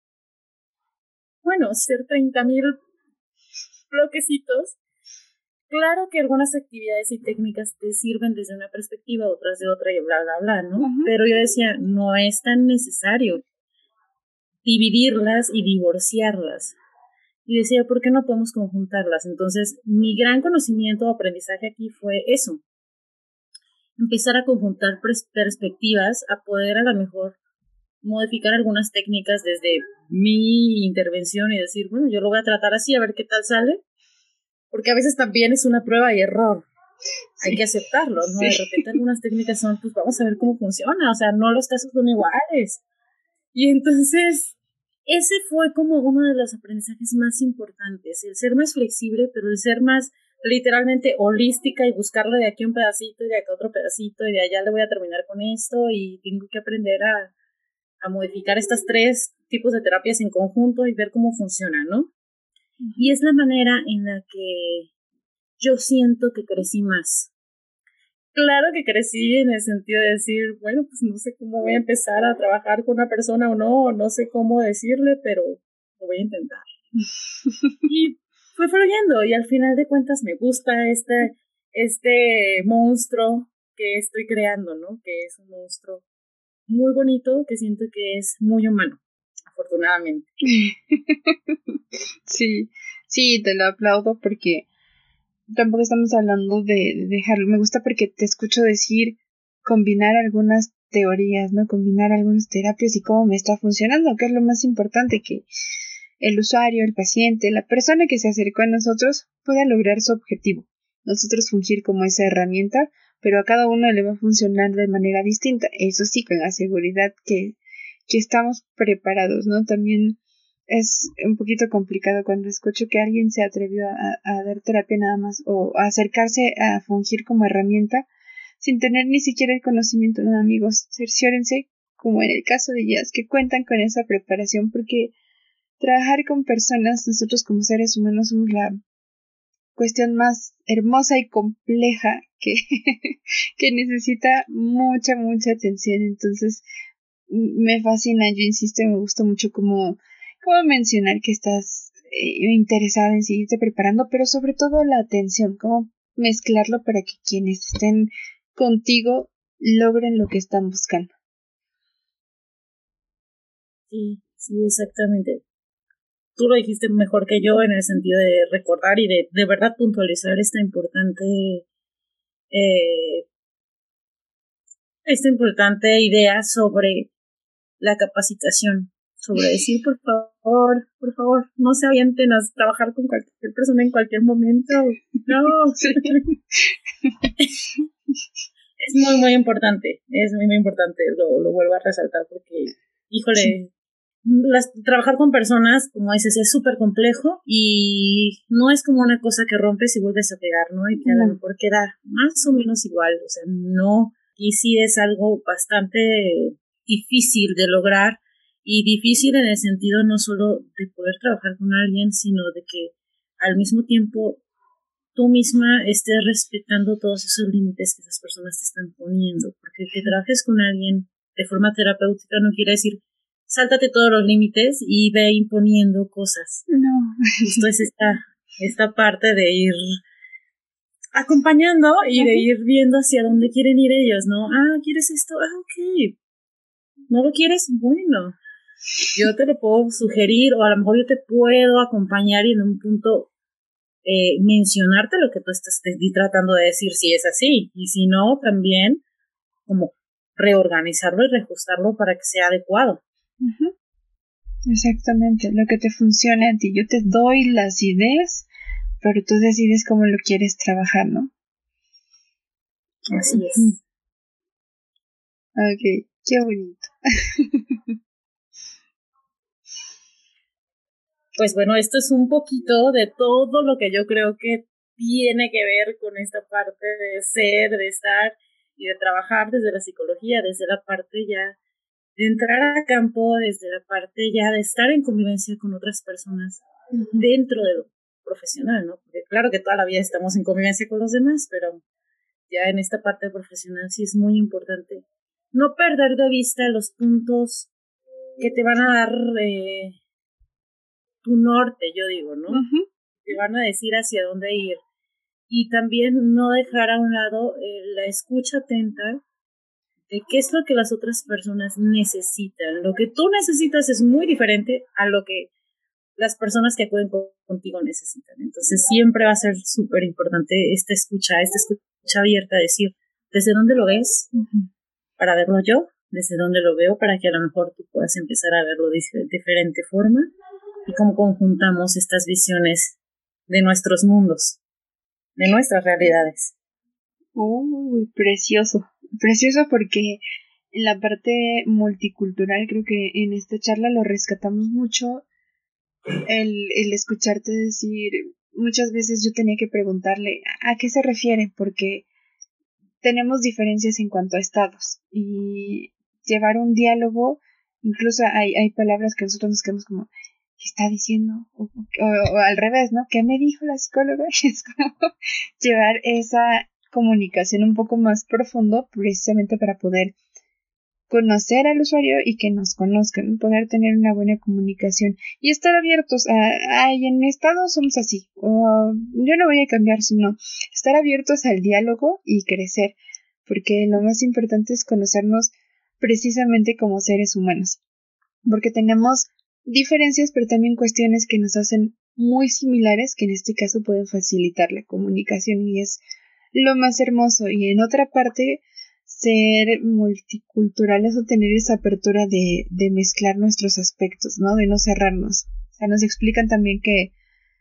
bueno, hacer treinta mil bloquecitos, claro que algunas actividades y técnicas te sirven desde una perspectiva, otras de otra y bla, bla, bla, ¿no? Uh-huh. Pero yo decía, no es tan necesario dividirlas y divorciarlas. Y decía, ¿por qué no podemos conjuntarlas? Entonces, mi gran conocimiento o aprendizaje aquí fue eso. Empezar a conjuntar pers- perspectivas, a poder a lo mejor modificar algunas técnicas desde mi intervención y decir, bueno, yo lo voy a tratar así, a ver qué tal sale. Porque a veces también es una prueba y error. Sí. Hay que aceptarlo, ¿no? Sí. De repente algunas técnicas son, pues vamos a ver cómo funciona. O sea, no los casos son iguales. Y entonces, ese fue como uno de los aprendizajes más importantes. El ser más flexible, pero el ser más literalmente holística y buscarle de aquí un pedacito y de acá otro pedacito y de allá le voy a terminar con esto y tengo que aprender a, a modificar estos tres tipos de terapias en conjunto y ver cómo funciona, ¿no? Y es la manera en la que yo siento que crecí más. Claro que crecí en el sentido de decir, bueno, pues no sé cómo voy a empezar a trabajar con una persona o no, no sé cómo decirle, pero lo voy a intentar. Y fue fluyendo y al final de cuentas me gusta este, este monstruo que estoy creando, ¿no? Que es un monstruo muy bonito, que siento que es muy humano, afortunadamente. Sí, sí, te lo aplaudo porque tampoco estamos hablando de, de dejarlo. Me gusta porque te escucho decir combinar algunas teorías, ¿no? Combinar algunas terapias y cómo me está funcionando, que es lo más importante, que el usuario, el paciente, la persona que se acercó a nosotros pueda lograr su objetivo. Nosotros fungir como esa herramienta, pero a cada uno le va a funcionar de manera distinta. Eso sí, con la seguridad que, que estamos preparados, ¿no? También es un poquito complicado cuando escucho que alguien se atrevió a, a dar terapia nada más o a acercarse a fungir como herramienta sin tener ni siquiera el conocimiento de amigos. Cerciórense, como en el caso de ellas, que cuentan con esa preparación, porque trabajar con personas, nosotros como seres humanos somos la cuestión más hermosa y compleja que, que necesita mucha, mucha atención. Entonces, me fascina, yo insisto, me gusta mucho como Cómo mencionar que estás eh, interesada en seguirte preparando, pero sobre todo la atención, cómo mezclarlo para que quienes estén contigo logren lo que están buscando. Sí, sí, exactamente. Tú lo dijiste mejor que yo en el sentido de recordar y de, de verdad puntualizar esta importante eh, esta importante idea sobre la capacitación. Sobre decir, por favor, por favor, no se avienten a trabajar con cualquier persona en cualquier momento. No. Sí. Es muy, muy importante. Es muy, muy importante. Lo, lo vuelvo a resaltar porque, híjole, sí. las, trabajar con personas, como dices, es súper complejo y no es como una cosa que rompes y vuelves a pegar, ¿no? Y que a lo mejor queda más o menos igual. O sea, no. Y sí es algo bastante difícil de lograr. Y difícil en el sentido no solo de poder trabajar con alguien, sino de que al mismo tiempo tú misma estés respetando todos esos límites que esas personas te están poniendo. Porque que trabajes con alguien de forma terapéutica no quiere decir sáltate todos los límites y ve imponiendo cosas. No. Esto es esta, esta parte de ir acompañando y uh-huh. de ir viendo hacia dónde quieren ir ellos, ¿no? Ah, ¿quieres esto? Ah, ok. ¿No lo quieres? Bueno. Yo te lo puedo sugerir o a lo mejor yo te puedo acompañar y en un punto eh, mencionarte lo que tú estás tratando de decir si es así y si no también como reorganizarlo y reajustarlo para que sea adecuado. Uh-huh. Exactamente, lo que te funcione a ti. Yo te doy las ideas, pero tú decides cómo lo quieres trabajar, ¿no? Así es. Uh-huh. Ok, qué bonito. Pues bueno, esto es un poquito de todo lo que yo creo que tiene que ver con esta parte de ser, de estar y de trabajar desde la psicología, desde la parte ya de entrar a campo, desde la parte ya de estar en convivencia con otras personas uh-huh. dentro de lo profesional, ¿no? Porque claro que toda la vida estamos en convivencia con los demás, pero ya en esta parte profesional sí es muy importante no perder de vista los puntos que te van a dar eh, tu norte, yo digo, ¿no? Uh-huh. Te van a decir hacia dónde ir. y también no dejar a un lado eh, la escucha atenta de qué es lo que las otras personas necesitan. Lo que tú necesitas es muy diferente a lo que las personas que acuden con, contigo necesitan. Entonces siempre va a ser súper importante esta escucha, esta escucha abierta, decir, ¿desde dónde lo ves? Uh-huh. Para verlo yo, desde dónde lo veo, para que a lo mejor tú puedas empezar a verlo de diferente forma, y cómo conjuntamos estas visiones de nuestros mundos, de nuestras realidades. Uy, precioso, precioso, porque en la parte multicultural creo que en esta charla lo rescatamos mucho, el, el escucharte decir, muchas veces yo tenía que preguntarle a qué se refiere, porque tenemos diferencias en cuanto a estados, y llevar un diálogo, incluso hay, hay palabras que nosotros nos quedamos como, ¿qué está diciendo? O, o, o al revés, ¿no? ¿Qué me dijo la psicóloga? Es como llevar esa comunicación un poco más profundo, precisamente para poder conocer al usuario y que nos conozcan, poder tener una buena comunicación y estar abiertos a, ay, en mi estado somos así, o yo no voy a cambiar, sino estar abiertos al diálogo y crecer, porque lo más importante es conocernos precisamente como seres humanos, porque tenemos diferencias, pero también cuestiones que nos hacen muy similares, que en este caso pueden facilitar la comunicación, y es lo más hermoso. Y en otra parte, ser multiculturales o tener esa apertura de, de mezclar nuestros aspectos, ¿no? De no cerrarnos. O sea, nos explican también que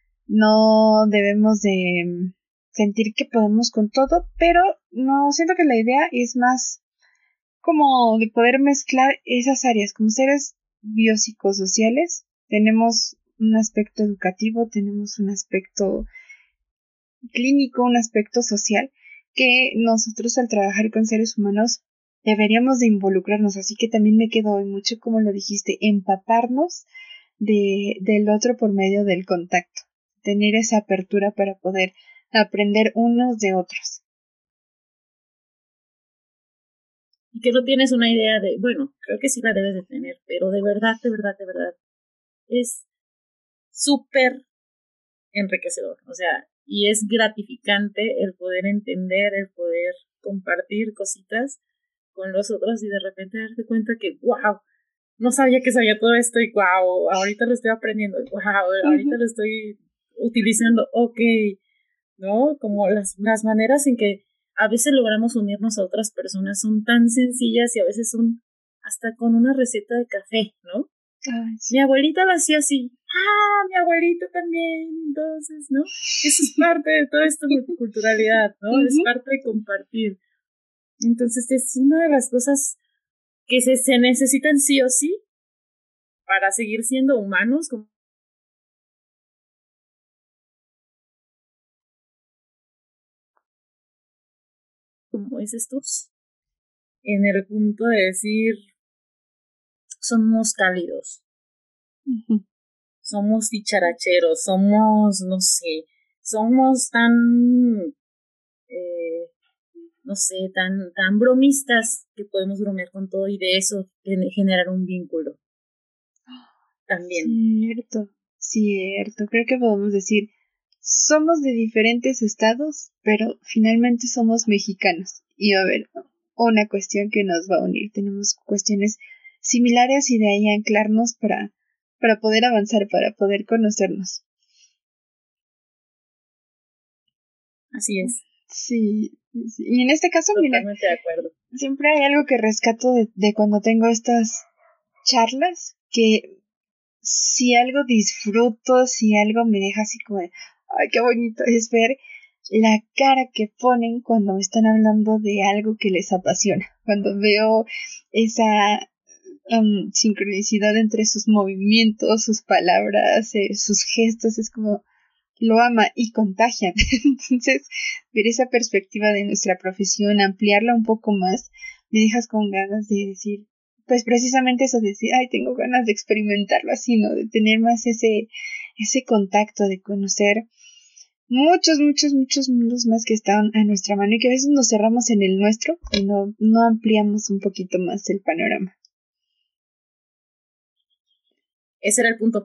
no debemos de sentir que podemos con todo, pero no, siento que la idea es más como de poder mezclar esas áreas. Como seres biopsicosociales, tenemos un aspecto educativo, tenemos un aspecto clínico, un aspecto social, que nosotros al trabajar con seres humanos deberíamos de involucrarnos, así que también me quedo hoy mucho, como lo dijiste, empaparnos de, del otro por medio del contacto, tener esa apertura para poder aprender unos de otros. Y que no tienes una idea de, bueno, creo que sí la debes de tener, pero de verdad, de verdad, de verdad, es súper enriquecedor, o sea, y es gratificante el poder entender, el poder compartir cositas con los otros y de repente darte cuenta que, wow, no sabía que sabía todo esto y wow, ahorita lo estoy aprendiendo, wow, ahorita lo estoy utilizando, ok, ¿no? Como las, las maneras en que a veces logramos unirnos a otras personas son tan sencillas y a veces son hasta con una receta de café, ¿no? Ay, sí. Mi abuelita lo hacía así. Ah, mi abuelito también. Entonces, ¿no? Eso es parte de toda esta multiculturalidad, ¿no? Uh-huh. Es parte de compartir. Entonces, es una de las cosas que se, se necesitan sí o sí para seguir siendo humanos. Como, como dices tú, en el punto de decir, somos cálidos. Uh-huh. Somos dicharacheros, somos, no sé, somos tan, eh, no sé, tan, tan bromistas que podemos bromear con todo y de eso generar un vínculo. También. Cierto, cierto. Creo que podemos decir, somos de diferentes estados, pero finalmente somos mexicanos. Y va a haber una cuestión que nos va a unir. Tenemos cuestiones similares y de ahí anclarnos para para poder avanzar, para poder conocernos. Así es. Sí, sí. Y en este caso, totalmente mira, de acuerdo. Siempre hay algo que rescato de, de cuando tengo estas charlas, que si algo disfruto, si algo me deja así como de, ay, qué bonito es ver la cara que ponen cuando me están hablando de algo que les apasiona, cuando veo esa Um, sincronicidad entre sus movimientos, sus palabras, eh, sus gestos, es como lo ama y contagian. Entonces, ver esa perspectiva de nuestra profesión, ampliarla un poco más, me dejas con ganas de decir, pues precisamente eso, de decir, ay, tengo ganas de experimentarlo así, ¿no? De tener más ese, ese contacto, de conocer muchos, muchos, muchos mundos más que están a nuestra mano y que a veces nos cerramos en el nuestro y no, no ampliamos un poquito más el panorama. Ese era el punto.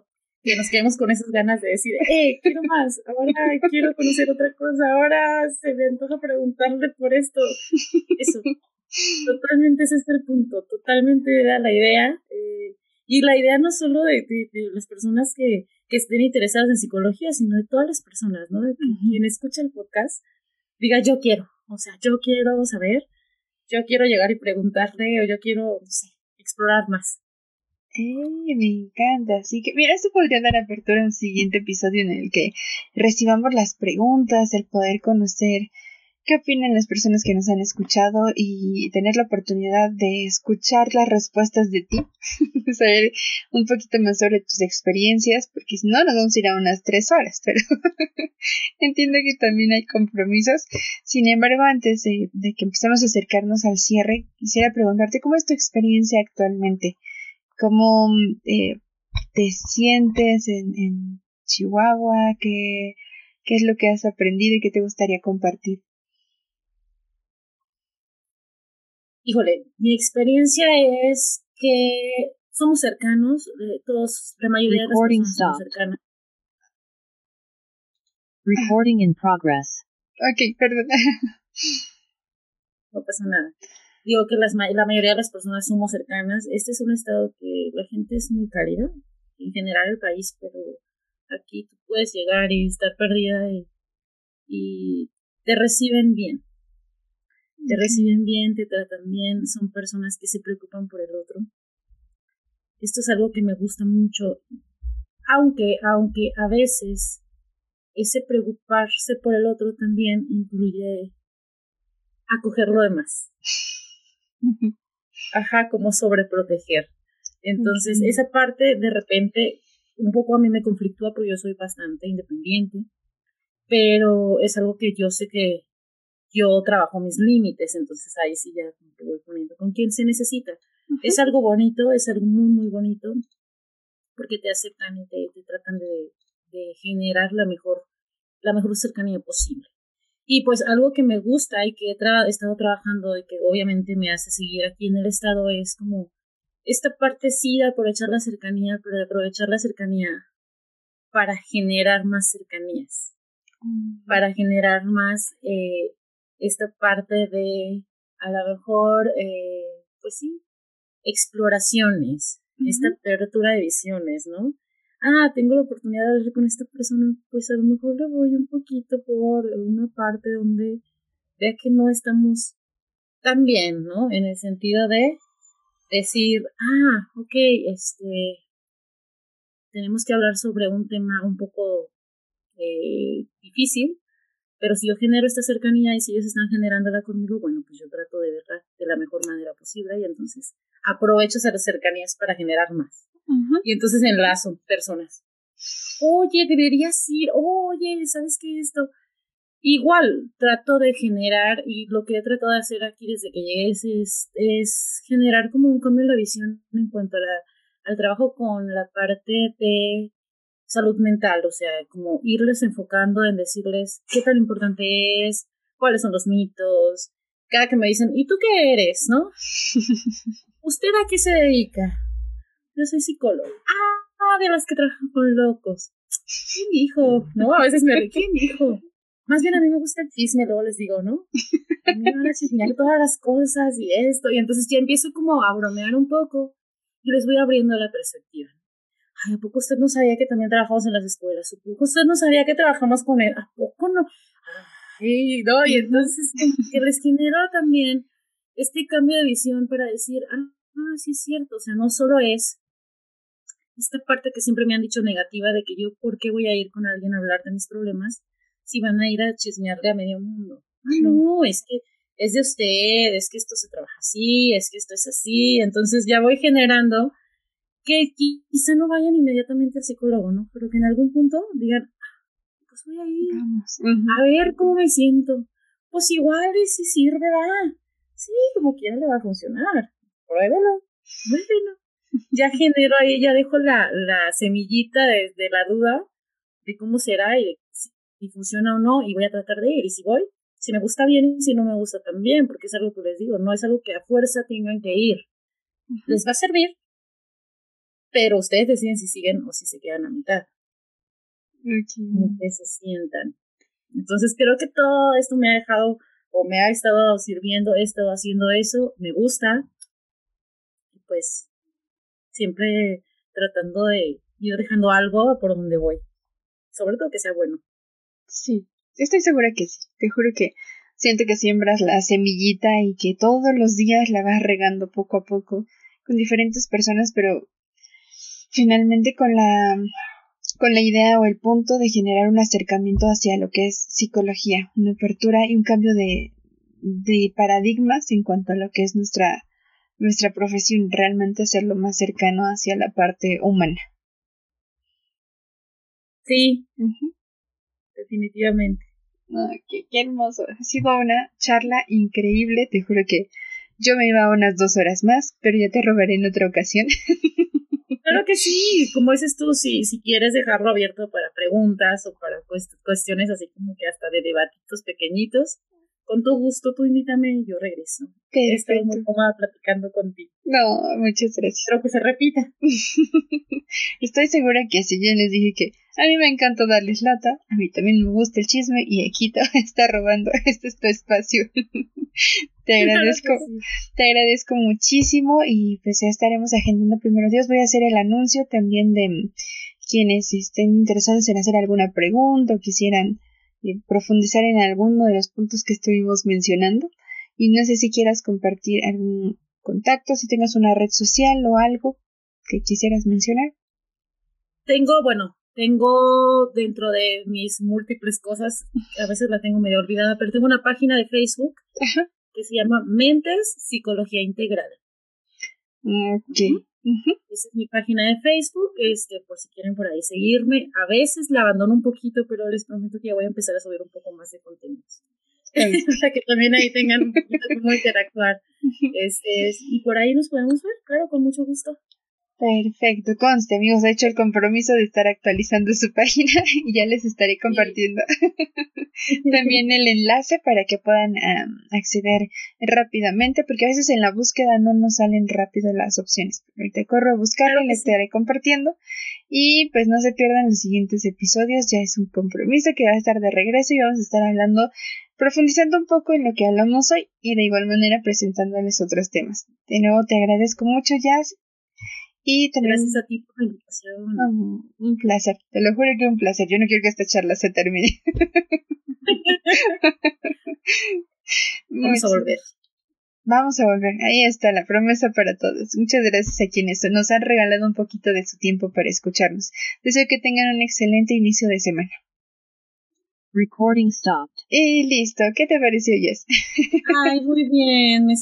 que nos quedemos con esas ganas de decir, eh, quiero más, ahora quiero conocer otra cosa, ahora se me antoja preguntarle por esto. Eso, totalmente ese es el punto, totalmente era la idea. Eh, y la idea no solo de, de, de las personas que, que estén interesadas en psicología, sino de todas las personas, ¿no? De que uh-huh. quien escucha el podcast diga, yo quiero, o sea, yo quiero saber, yo quiero llegar y preguntarle, o yo quiero, no sé, explorar más. Eh, me encanta, así que mira, esto podría dar apertura a un siguiente episodio en el que recibamos las preguntas, el poder conocer qué opinan las personas que nos han escuchado y tener la oportunidad de escuchar las respuestas de ti, saber un poquito más sobre tus experiencias, porque si no nos vamos a ir a unas tres horas, pero entiendo que también hay compromisos. Sin embargo, antes de, de que empecemos a acercarnos al cierre, quisiera preguntarte cómo es tu experiencia actualmente. ¿Cómo eh, te sientes en, en Chihuahua? ¿Qué, ¿Qué es lo que has aprendido y qué te gustaría compartir? Híjole, mi experiencia es que somos cercanos, eh, todos, la mayoría Recording de las personas somos cercanas. Recording in progress. Ok, perdón. No pasa nada. Digo que las, la mayoría de las personas somos cercanas. Este es un estado que la gente es muy cálida, en general el país, pero aquí tú puedes llegar y estar perdida y, y te reciben bien. Te okay. reciben bien, te tratan bien, son personas que se preocupan por el otro. Esto es algo que me gusta mucho, aunque, aunque a veces ese preocuparse por el otro también incluye acoger lo demás. Ajá, como sobreproteger. Entonces, okay. esa parte de repente un poco a mí me conflictúa porque yo soy bastante independiente, pero es algo que yo sé que yo trabajo mis límites, entonces ahí sí ya te voy poniendo con quien se necesita. Uh-huh. Es algo bonito, es algo muy, muy bonito, porque te aceptan y te, te tratan de, de generar la mejor, la mejor cercanía posible. Y pues algo que me gusta y que he tra- estado trabajando y que obviamente me hace seguir aquí en el estado es como esta parte sí de aprovechar la cercanía, pero de aprovechar la cercanía para generar más cercanías, uh-huh. para generar más eh, esta parte de a lo mejor, eh, pues sí, exploraciones, uh-huh. esta apertura de visiones, ¿no? Ah, tengo la oportunidad de hablar con esta persona, pues a lo mejor le voy un poquito por una parte donde vea que no estamos tan bien, ¿no? En el sentido de decir, ah, ok, este, tenemos que hablar sobre un tema un poco eh, difícil, pero si yo genero esta cercanía y si ellos están generándola conmigo, bueno, pues yo trato de verla de la mejor manera posible y entonces aprovecho esas cercanías para generar más. Uh-huh. Y entonces enlazo personas. Oye, deberías ir, oye, ¿sabes qué esto? Igual, trato de generar, y lo que he tratado de hacer aquí desde que llegué es, es, es generar como un cambio en la visión en cuanto a la, al trabajo con la parte de salud mental, o sea, como irles enfocando en decirles qué tan importante es, cuáles son los mitos. Cada que me dicen, ¿y tú qué eres, no? ¿Usted a qué se dedica? Yo soy psicólogo. Ah, de las que trabajan con locos. ¿Quién dijo? No, a veces me río. ¿Quién dijo? Más bien a mí me gusta el chisme, luego les digo, ¿no? A mí me van a chismear todas las cosas y esto, y entonces ya empiezo como a bromear un poco y les voy abriendo la perspectiva. Ay, ¿a poco usted no sabía que también trabajamos en las escuelas? ¿A poco usted no sabía que trabajamos con él? ¿A poco no? Ay, no, y entonces que les genero también este cambio de visión para decir, ah, ah, sí es cierto, o sea, no solo es esta parte que siempre me han dicho negativa de que yo, ¿por qué voy a ir con alguien a hablar de mis problemas si van a ir a chismearle a medio mundo? Ah, no, es que es de usted, es que esto se trabaja así, es que esto es así, entonces ya voy generando que quizá no vayan inmediatamente al psicólogo, ¿no? Pero que en algún punto digan, pues voy a ir, Vamos. a ver cómo me siento. Pues igual y si sirve, va. Sí, como quiera le va a funcionar. Pruébelo, pruébelo. Ya genero ahí, ya dejo la, la semillita de, de la duda de cómo será y de si, si funciona o no, y voy a tratar de ir. Y si voy, si me gusta bien y si no me gusta también, porque es algo que les digo, no es algo que a fuerza tengan que ir. Uh-huh. Les va a servir, pero ustedes deciden si siguen o si se quedan a mitad. Okay. Como que se sientan. Entonces creo que todo esto me ha dejado, o me ha estado sirviendo, he estado haciendo eso, me gusta, y pues siempre tratando de ir dejando algo por donde voy, sobre todo que sea bueno. Sí, estoy segura que sí, te juro que siento que siembras la semillita y que todos los días la vas regando poco a poco con diferentes personas, pero finalmente con la con la idea o el punto de generar un acercamiento hacia lo que es psicología, una apertura y un cambio de, de paradigmas en cuanto a lo que es nuestra, nuestra profesión, realmente hacerlo más cercano hacia la parte humana. Sí, uh-huh. Definitivamente. Oh, qué, qué hermoso. Ha sido una charla increíble, te juro que yo me iba a unas dos horas más, pero ya te robaré en otra ocasión. Claro que sí, como dices tú, si, si quieres dejarlo abierto para preguntas o para cuest- cuestiones así como que hasta de debatitos pequeñitos, con tu gusto tú invítame y yo regreso. Perfecto. Estoy muy cómoda platicando contigo. No, muchas gracias. Espero que se repita. Estoy segura que si yo les dije que a mí me encanta darles lata, a mí también me gusta el chisme y Equito está robando, este es tu espacio. Te agradezco, claro sí. te agradezco muchísimo y pues ya estaremos agendando primero Dios. Voy a hacer el anuncio también de quienes estén interesados en hacer alguna pregunta o quisieran eh, profundizar en alguno de los puntos que estuvimos mencionando. Y no sé si quieras compartir algún contacto, si tengas una red social o algo que quisieras mencionar. Tengo, bueno, tengo dentro de mis múltiples cosas, a veces la tengo medio olvidada, pero tengo una página de Facebook. Ajá. Que se llama Mentes Psicología Integral. Ok. Uh-huh. Uh-huh. Esa es mi página de Facebook, este, por si quieren por ahí seguirme. A veces la abandono un poquito, pero les prometo que ya voy a empezar a subir un poco más de contenidos. Para que también ahí tengan un poquito cómo interactuar. Este, y por ahí nos podemos ver, claro, con mucho gusto. Perfecto, conste amigos, he hecho el compromiso de estar actualizando su página y ya les estaré compartiendo sí. también el enlace para que puedan um, acceder rápidamente, porque a veces en la búsqueda no nos salen rápido las opciones. Ahorita corro a buscarlo claro y les sí. estaré compartiendo y pues no se pierdan los siguientes episodios, ya es un compromiso que va a estar de regreso y vamos a estar hablando, profundizando un poco en lo que hablamos hoy y de igual manera presentándoles otros temas. De nuevo te agradezco mucho, Jazz. Y también, gracias a ti por la invitación. Oh, un placer, te lo juro que un placer. Yo no quiero que esta charla se termine. Vamos a volver. Vamos a volver. Ahí está la promesa para todos. Muchas gracias a quienes nos han regalado un poquito de su tiempo para escucharnos. Deseo que tengan un excelente inicio de semana. Recording stopped. Y listo. ¿Qué te pareció, Jess? Ay, muy bien. Me